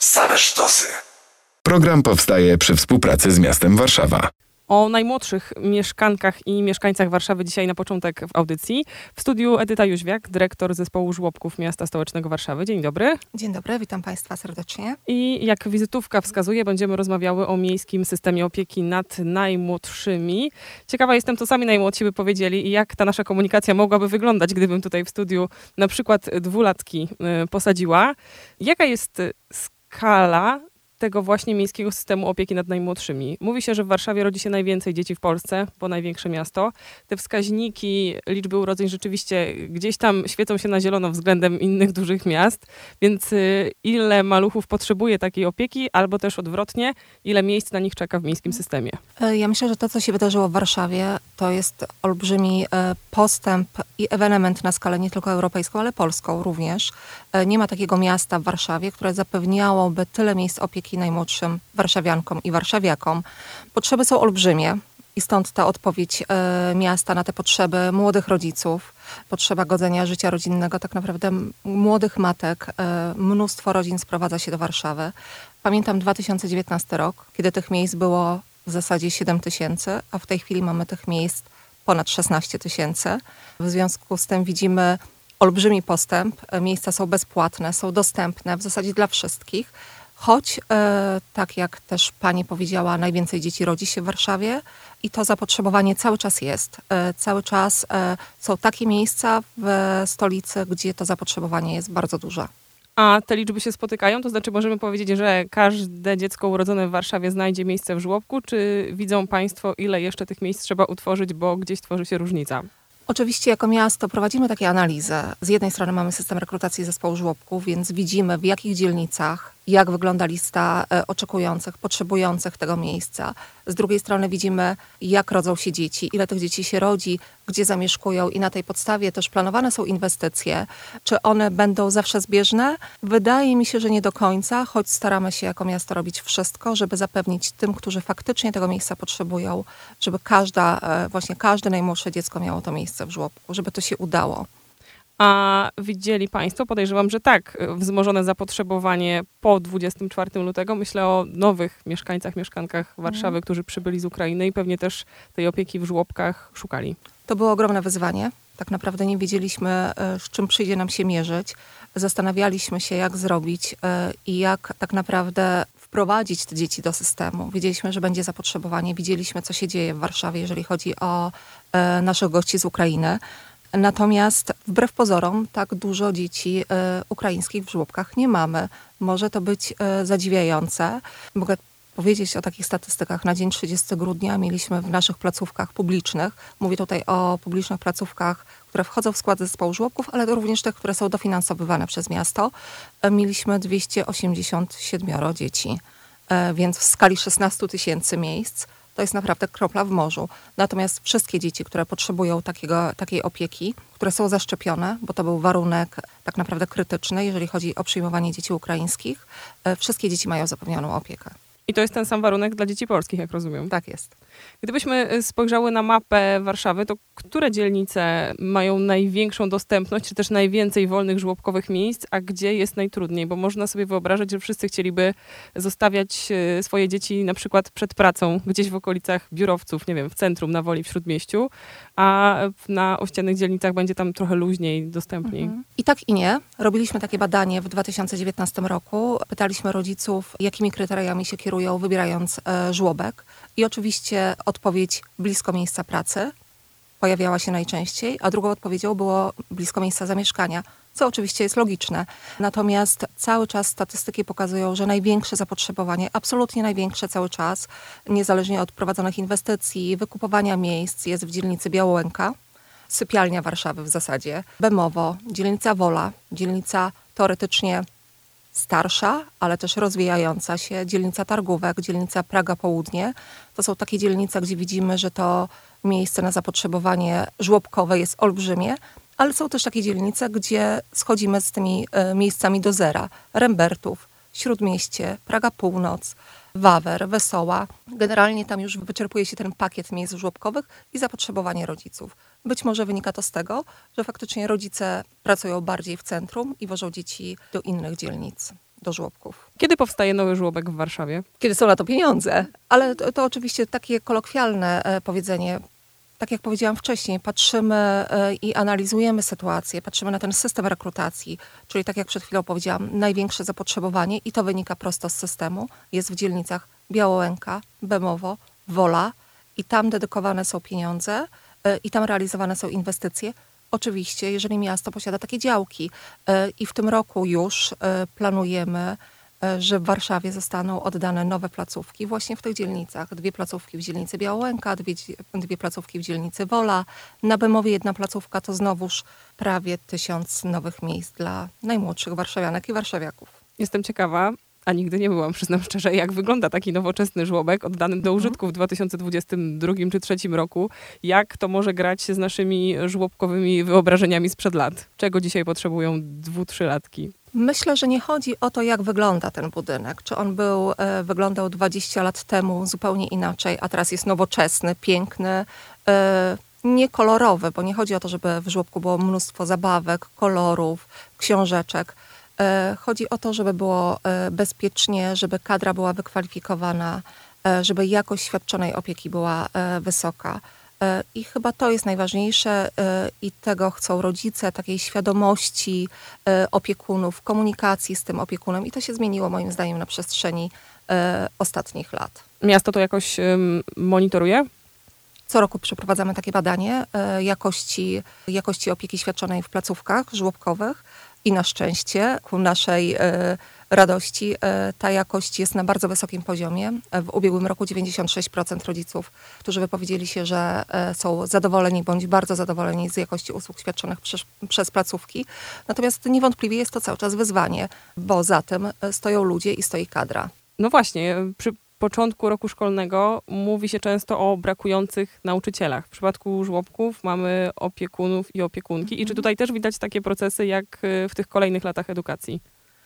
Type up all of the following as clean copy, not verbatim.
Same sztosy. Program powstaje przy współpracy z miastem Warszawa. O najmłodszych mieszkankach i mieszkańcach Warszawy dzisiaj na początek w audycji. W studiu Edyta Jóźwiak, dyrektor zespołu żłobków Miasta Stołecznego Warszawy. Dzień dobry. Dzień dobry, witam Państwa serdecznie. I jak wizytówka wskazuje, będziemy rozmawiały o miejskim systemie opieki nad najmłodszymi. Ciekawa jestem, co sami najmłodsi by powiedzieli i jak ta nasza komunikacja mogłaby wyglądać, gdybym tutaj w studiu na przykład dwulatki posadziła. Jaka jest skala tego właśnie miejskiego systemu opieki nad najmłodszymi? Mówi się, że w Warszawie rodzi się najwięcej dzieci w Polsce, bo największe miasto. Te wskaźniki liczby urodzeń rzeczywiście gdzieś tam świecą się na zielono względem innych dużych miast, więc ile maluchów potrzebuje takiej opieki, albo też odwrotnie, ile miejsc na nich czeka w miejskim systemie? Ja myślę, że to, co się wydarzyło w Warszawie, to jest olbrzymi postęp i ewenement na skalę nie tylko europejską, ale polską również. Nie ma takiego miasta w Warszawie, które zapewniałoby tyle miejsc opieki najmłodszym warszawiankom i warszawiakom. Potrzeby są olbrzymie i stąd ta odpowiedź miasta na te potrzeby młodych rodziców, potrzeba godzenia życia rodzinnego, tak naprawdę młodych matek. Mnóstwo rodzin sprowadza się do Warszawy. Pamiętam 2019 rok, kiedy tych miejsc było w zasadzie 7 000, a w tej chwili mamy tych miejsc ponad 16 000. W związku z tym widzimy olbrzymi postęp. Miejsca są bezpłatne, są dostępne w zasadzie dla wszystkich. Choć, tak jak też pani powiedziała, najwięcej dzieci rodzi się w Warszawie i to zapotrzebowanie cały czas jest. Cały czas są takie miejsca w stolicy, gdzie to zapotrzebowanie jest bardzo duże. A te liczby się spotykają? To znaczy możemy powiedzieć, że każde dziecko urodzone w Warszawie znajdzie miejsce w żłobku? Czy widzą Państwo, ile jeszcze tych miejsc trzeba utworzyć, bo gdzieś tworzy się różnica? Oczywiście jako miasto prowadzimy takie analizy. Z jednej strony mamy system rekrutacji zespołu żłobków, więc widzimy, w jakich dzielnicach, jak wygląda lista oczekujących, potrzebujących tego miejsca. Z drugiej strony widzimy, jak rodzą się dzieci, ile tych dzieci się rodzi, gdzie zamieszkują i na tej podstawie też planowane są inwestycje. Czy one będą zawsze zbieżne? Wydaje mi się, że nie do końca, choć staramy się jako miasto robić wszystko, żeby zapewnić tym, którzy faktycznie tego miejsca potrzebują, żeby każde najmłodsze dziecko miało to miejsce w żłobku, żeby to się udało. A widzieli Państwo, podejrzewam, że tak, wzmożone zapotrzebowanie po 24 lutego. Myślę o nowych mieszkańcach, mieszkankach Warszawy, którzy przybyli z Ukrainy i pewnie też tej opieki w żłobkach szukali. To było ogromne wyzwanie. Tak naprawdę nie wiedzieliśmy, z czym przyjdzie nam się mierzyć. Zastanawialiśmy się, jak zrobić i jak tak naprawdę wprowadzić te dzieci do systemu. Wiedzieliśmy, że będzie zapotrzebowanie. Widzieliśmy, co się dzieje w Warszawie, jeżeli chodzi o naszych gości z Ukrainy. Natomiast wbrew pozorom tak dużo dzieci ukraińskich w żłobkach nie mamy. Może to być zadziwiające. Mogę powiedzieć o takich statystykach. Na dzień 30 grudnia mieliśmy w naszych placówkach publicznych, mówię tutaj o publicznych placówkach, które wchodzą w skład zespołu żłobków, ale również te, które są dofinansowywane przez miasto, mieliśmy 287 dzieci. Więc w skali 16 000 miejsc to jest naprawdę kropla w morzu. Natomiast wszystkie dzieci, które potrzebują takiej opieki, które są zaszczepione, bo to był warunek tak naprawdę krytyczny, jeżeli chodzi o przyjmowanie dzieci ukraińskich, wszystkie dzieci mają zapewnioną opiekę. I to jest ten sam warunek dla dzieci polskich, jak rozumiem. Tak jest. Gdybyśmy spojrzały na mapę Warszawy, to które dzielnice mają największą dostępność, czy też najwięcej wolnych żłobkowych miejsc, a gdzie jest najtrudniej? Bo można sobie wyobrażać, że wszyscy chcieliby zostawiać swoje dzieci na przykład przed pracą, gdzieś w okolicach biurowców, nie wiem, w centrum, na Woli, w Śródmieściu, a na ościennych dzielnicach będzie tam trochę luźniej, dostępniej. I tak i nie. Robiliśmy takie badanie w 2019 roku. Pytaliśmy rodziców, jakimi kryteriami się kierują, wybierając żłobek. I oczywiście odpowiedź blisko miejsca pracy pojawiała się najczęściej, a drugą odpowiedzią było blisko miejsca zamieszkania, co oczywiście jest logiczne. Natomiast cały czas statystyki pokazują, że największe zapotrzebowanie, absolutnie największe cały czas, niezależnie od prowadzonych inwestycji, wykupowania miejsc, jest w dzielnicy Białołęka, sypialnia Warszawy w zasadzie, Bemowo, dzielnica Wola, dzielnica teoretycznie starsza, ale też rozwijająca się, dzielnica Targówek, dzielnica Praga Południe. To są takie dzielnice, gdzie widzimy, że to miejsce na zapotrzebowanie żłobkowe jest olbrzymie, ale są też takie dzielnice, gdzie schodzimy z tymi miejscami do zera. Rembertów, Śródmieście, Praga Północ, Wawer, Wesoła. Generalnie tam już wyczerpuje się ten pakiet miejsc żłobkowych i zapotrzebowanie rodziców. Być może wynika to z tego, że faktycznie rodzice pracują bardziej w centrum i wożą dzieci do innych dzielnic. do żłobków. Kiedy powstaje nowy żłobek w Warszawie? Kiedy są na to pieniądze. Ale to oczywiście takie kolokwialne powiedzenie. Tak jak powiedziałam wcześniej, patrzymy i analizujemy sytuację, patrzymy na ten system rekrutacji, czyli tak jak przed chwilą powiedziałam, największe zapotrzebowanie i to wynika prosto z systemu, jest w dzielnicach Białołęka, Bemowo, Wola i tam dedykowane są pieniądze i tam realizowane są inwestycje. Oczywiście, jeżeli miasto posiada takie działki i w tym roku już planujemy, że w Warszawie zostaną oddane nowe placówki właśnie w tych dzielnicach. 2 placówki w dzielnicy Białołęka, 2 placówki w dzielnicy Wola. Na Bemowie 1 placówka to znowuż prawie 1000 nowych miejsc dla najmłodszych warszawianek i warszawiaków. Jestem ciekawa, a nigdy nie byłam, przyznam szczerze, jak wygląda taki nowoczesny żłobek oddany do użytku w 2022 czy 2023 roku. Jak to może grać z naszymi żłobkowymi wyobrażeniami sprzed lat? Czego dzisiaj potrzebują 2-3-latki? Myślę, że nie chodzi o to, jak wygląda ten budynek. Czy on wyglądał 20 lat temu zupełnie inaczej, a teraz jest nowoczesny, piękny, niekolorowy, bo nie chodzi o to, żeby w żłobku było mnóstwo zabawek, kolorów, książeczek. Chodzi o to, żeby było bezpiecznie, żeby kadra była wykwalifikowana, żeby jakość świadczonej opieki była wysoka. I chyba to jest najważniejsze i tego chcą rodzice, takiej świadomości opiekunów, komunikacji z tym opiekunem i to się zmieniło moim zdaniem na przestrzeni ostatnich lat. Miasto to jakoś monitoruje? Co roku przeprowadzamy takie badanie jakości opieki świadczonej w placówkach żłobkowych i na szczęście ku naszej radości ta jakość jest na bardzo wysokim poziomie. W ubiegłym roku 96% rodziców, którzy wypowiedzieli się, że są zadowoleni bądź bardzo zadowoleni z jakości usług świadczonych przez placówki. Natomiast niewątpliwie jest to cały czas wyzwanie, bo za tym stoją ludzie i stoi kadra. No właśnie, przy początku roku szkolnego mówi się często o brakujących nauczycielach. W przypadku żłobków mamy opiekunów i opiekunki. I czy tutaj też widać takie procesy jak w tych kolejnych latach edukacji?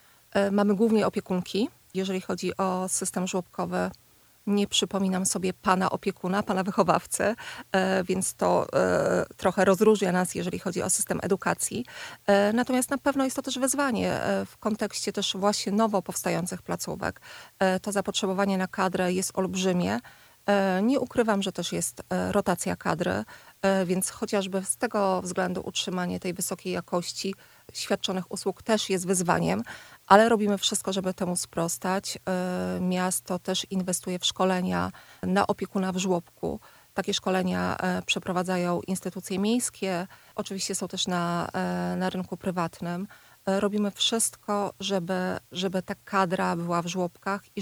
Mamy głównie opiekunki. Jeżeli chodzi o system żłobkowy, nie przypominam sobie pana opiekuna, pana wychowawcy, więc to trochę rozróżnia nas, jeżeli chodzi o system edukacji. Natomiast na pewno jest to też wyzwanie w kontekście też właśnie nowo powstających placówek. To zapotrzebowanie na kadrę jest olbrzymie. Nie ukrywam, że też jest rotacja kadry, więc chociażby z tego względu utrzymanie tej wysokiej jakości świadczonych usług też jest wyzwaniem, ale robimy wszystko, żeby temu sprostać. Miasto też inwestuje w szkolenia na opiekuna w żłobku. Takie szkolenia przeprowadzają instytucje miejskie, oczywiście są też na rynku prywatnym. Robimy wszystko, żeby ta kadra była w żłobkach i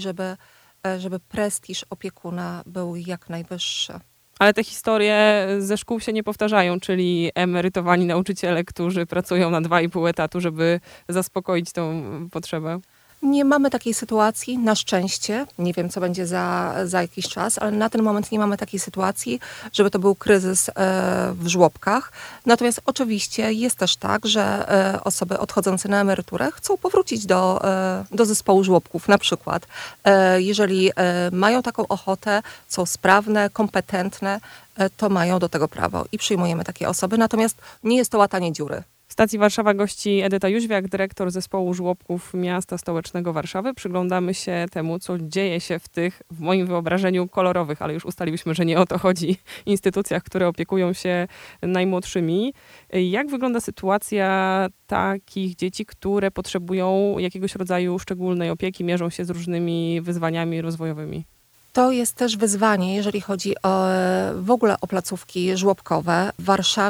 żeby prestiż opiekuna był jak najwyższy. Ale te historie ze szkół się nie powtarzają, czyli emerytowani nauczyciele, którzy pracują na 2,5 etatu, żeby zaspokoić tą potrzebę. Nie mamy takiej sytuacji, na szczęście. Nie wiem, co będzie za jakiś czas, ale na ten moment nie mamy takiej sytuacji, żeby to był kryzys w żłobkach. Natomiast oczywiście jest też tak, że osoby odchodzące na emeryturę chcą powrócić do zespołu żłobków na przykład. Jeżeli mają taką ochotę, są sprawne, kompetentne, to mają do tego prawo i przyjmujemy takie osoby. Natomiast nie jest to łatanie dziury. W stacji Warszawa gości Edyta Jóźwiak, dyrektor zespołu żłobków Miasta Stołecznego Warszawy. Przyglądamy się temu, co dzieje się w tych, w moim wyobrażeniu, kolorowych, ale już ustaliłyśmy, że nie o to chodzi, instytucjach, które opiekują się najmłodszymi. Jak wygląda sytuacja takich dzieci, które potrzebują jakiegoś rodzaju szczególnej opieki, mierzą się z różnymi wyzwaniami rozwojowymi? To jest też wyzwanie, jeżeli chodzi w ogóle o placówki żłobkowe. W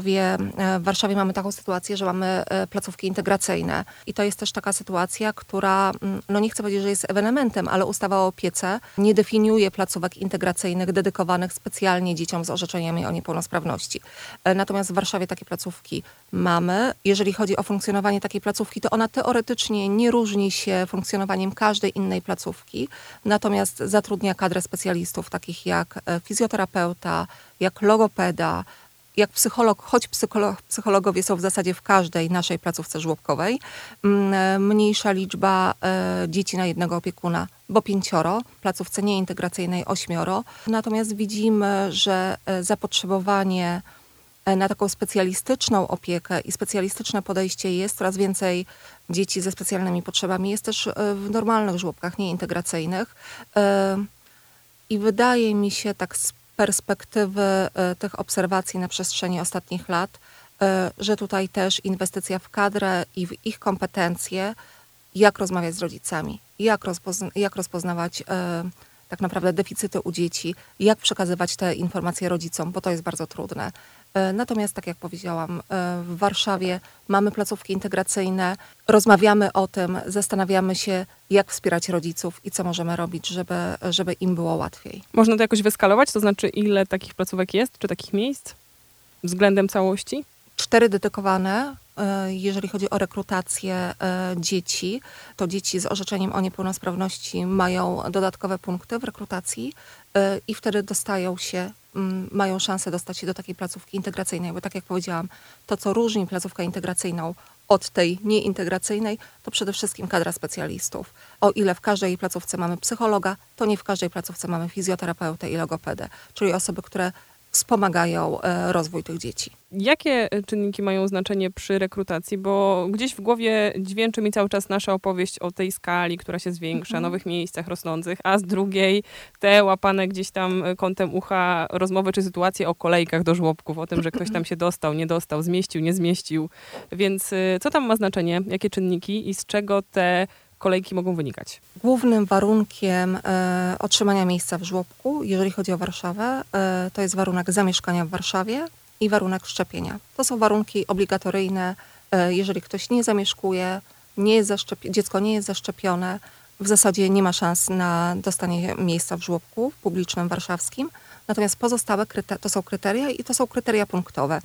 Warszawie mamy taką sytuację, że mamy placówki integracyjne. I to jest też taka sytuacja, która, no nie chcę powiedzieć, że jest ewenementem, ale ustawa o opiece nie definiuje placówek integracyjnych dedykowanych specjalnie dzieciom z orzeczeniami o niepełnosprawności. Natomiast w Warszawie takie placówki mamy. Jeżeli chodzi o funkcjonowanie takiej placówki, to ona teoretycznie nie różni się funkcjonowaniem każdej innej placówki. Natomiast zatrudnia kadrę specjalistów, takich jak fizjoterapeuta, jak logopeda, jak psycholog, choć psychologowie są w zasadzie w każdej naszej placówce żłobkowej. Mniejsza liczba dzieci na jednego opiekuna, bo 5, w placówce nieintegracyjnej 8. Natomiast widzimy, że zapotrzebowanie na taką specjalistyczną opiekę i specjalistyczne podejście jest. Coraz więcej dzieci ze specjalnymi potrzebami jest też w normalnych żłobkach, nieintegracyjnych. I wydaje mi się tak z perspektywy tych obserwacji na przestrzeni ostatnich lat, że tutaj też inwestycja w kadrę i w ich kompetencje, jak rozmawiać z rodzicami, jak rozpoznawać tak naprawdę deficyty u dzieci, jak przekazywać te informacje rodzicom, bo to jest bardzo trudne. Natomiast, tak jak powiedziałam, w Warszawie mamy placówki integracyjne, rozmawiamy o tym, zastanawiamy się, jak wspierać rodziców i co możemy robić, żeby im było łatwiej. Można to jakoś wyskalować? To znaczy, ile takich placówek jest, czy takich miejsc względem całości? 4 dedykowane. Jeżeli chodzi o rekrutację dzieci, to dzieci z orzeczeniem o niepełnosprawności mają dodatkowe punkty w rekrutacji i wtedy mają szansę dostać się do takiej placówki integracyjnej, bo tak jak powiedziałam, to co różni placówkę integracyjną od tej nieintegracyjnej, to przede wszystkim kadra specjalistów. O ile w każdej placówce mamy psychologa, to nie w każdej placówce mamy fizjoterapeutę i logopedę, czyli osoby, które wspomagają rozwój tych dzieci. Jakie czynniki mają znaczenie przy rekrutacji? Bo gdzieś w głowie dźwięczy mi cały czas nasza opowieść o tej skali, która się zwiększa, nowych miejscach rosnących, a z drugiej te łapane gdzieś tam kątem ucha rozmowy czy sytuacje o kolejkach do żłobków, o tym, że ktoś tam się dostał, nie dostał, zmieścił, nie zmieścił. Więc co tam ma znaczenie? Jakie czynniki i z czego te kolejki mogą wynikać? Głównym warunkiem otrzymania miejsca w żłobku, jeżeli chodzi o Warszawę, to jest warunek zamieszkania w Warszawie i warunek szczepienia. To są warunki obligatoryjne. Jeżeli ktoś nie zamieszkuje, dziecko nie jest zaszczepione, w zasadzie nie ma szans na dostanie miejsca w żłobku publicznym warszawskim. Natomiast pozostałe to są kryteria i to są kryteria punktowe.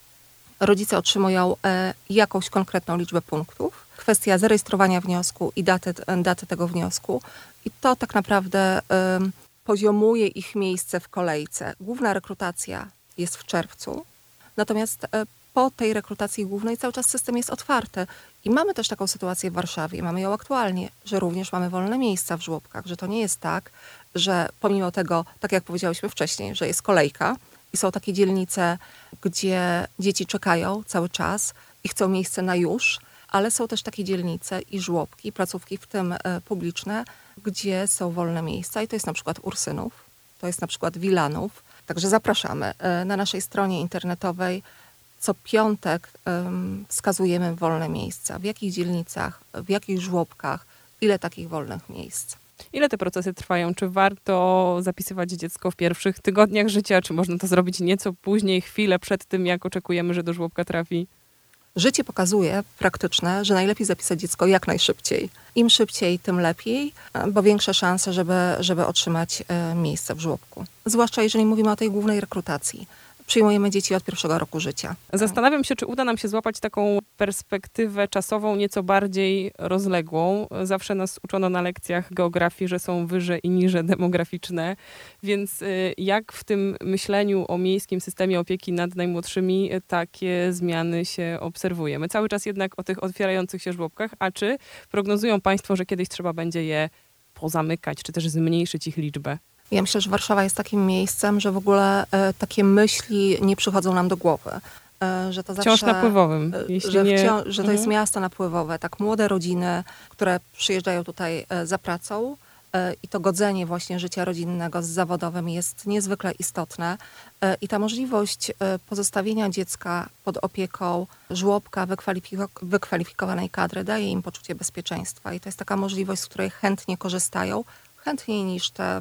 Rodzice otrzymują jakąś konkretną liczbę punktów. Kwestia zarejestrowania wniosku i daty tego wniosku. I to tak naprawdę poziomuje ich miejsce w kolejce. Główna rekrutacja jest w czerwcu. Natomiast po tej rekrutacji głównej cały czas system jest otwarty. I mamy też taką sytuację w Warszawie, mamy ją aktualnie, że również mamy wolne miejsca w żłobkach. Że to nie jest tak, że pomimo tego, tak jak powiedziałyśmy wcześniej, że jest kolejka, i są takie dzielnice, gdzie dzieci czekają cały czas i chcą miejsce na już, ale są też takie dzielnice i żłobki, placówki, w tym publiczne, gdzie są wolne miejsca i to jest na przykład Ursynów, to jest na przykład Wilanów. Także zapraszamy. Na naszej stronie internetowej co piątek wskazujemy wolne miejsca. W jakich dzielnicach, w jakich żłobkach, ile takich wolnych miejsc. Ile te procesy trwają? Czy warto zapisywać dziecko w pierwszych tygodniach życia? Czy można to zrobić nieco później, chwilę przed tym, jak oczekujemy, że do żłobka trafi? Życie pokazuje praktyczne, że najlepiej zapisać dziecko jak najszybciej. Im szybciej, tym lepiej, bo większe szanse, żeby otrzymać miejsce w żłobku. Zwłaszcza jeżeli mówimy o tej głównej rekrutacji. Przyjmujemy dzieci od 1. roku życia. Zastanawiam się, czy uda nam się złapać taką perspektywę czasową nieco bardziej rozległą. Zawsze nas uczono na lekcjach geografii, że są wyże i niże demograficzne. Więc jak w tym myśleniu o miejskim systemie opieki nad najmłodszymi takie zmiany się obserwuje? My cały czas jednak o tych otwierających się żłobkach, a czy prognozują Państwo, że kiedyś trzeba będzie je pozamykać, czy też zmniejszyć ich liczbę? Ja myślę, że Warszawa jest takim miejscem, że w ogóle takie myśli nie przychodzą nam do głowy. Że to wciąż zawsze, napływowym. Że to jest miasto napływowe. Tak młode rodziny, które przyjeżdżają tutaj za pracą i to godzenie właśnie życia rodzinnego z zawodowym jest niezwykle istotne. I ta możliwość pozostawienia dziecka pod opieką żłobka, wykwalifikowanej kadry daje im poczucie bezpieczeństwa. I to jest taka możliwość, z której chętnie korzystają. Chętniej niż te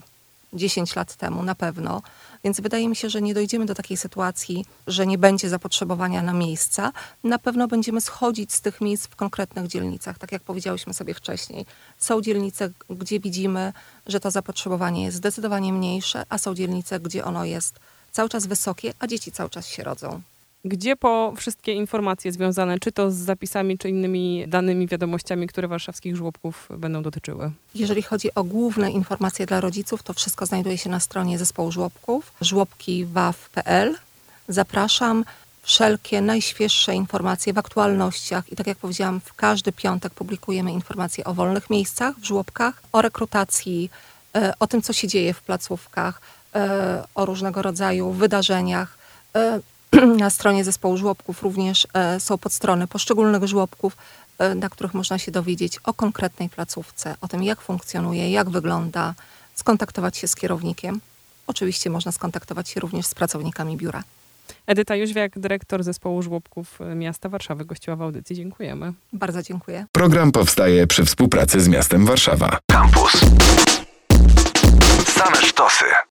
10 lat temu na pewno. Więc wydaje mi się, że nie dojdziemy do takiej sytuacji, że nie będzie zapotrzebowania na miejsca. Na pewno będziemy schodzić z tych miejsc w konkretnych dzielnicach, tak jak powiedziałyśmy sobie wcześniej. Są dzielnice, gdzie widzimy, że to zapotrzebowanie jest zdecydowanie mniejsze, a są dzielnice, gdzie ono jest cały czas wysokie, a dzieci cały czas się rodzą. Gdzie po wszystkie informacje związane, czy to z zapisami, czy innymi danymi, wiadomościami, które warszawskich żłobków będą dotyczyły? Jeżeli chodzi o główne informacje dla rodziców, to wszystko znajduje się na stronie zespołu żłobków, żłobki.waw.pl. Zapraszam. Wszelkie najświeższe informacje w aktualnościach i tak jak powiedziałam, w każdy piątek publikujemy informacje o wolnych miejscach w żłobkach, o rekrutacji, o tym, co się dzieje w placówkach, o różnego rodzaju wydarzeniach. Na stronie zespołu żłobków również są podstrony poszczególnych żłobków, na których można się dowiedzieć o konkretnej placówce, o tym, jak funkcjonuje, jak wygląda, skontaktować się z kierownikiem. Oczywiście można skontaktować się również z pracownikami biura. Edyta Jóźwiak, dyrektor zespołu żłobków miasta Warszawy, gościła w audycji. Dziękujemy. Bardzo dziękuję. Program powstaje przy współpracy z miastem Warszawa. Campus.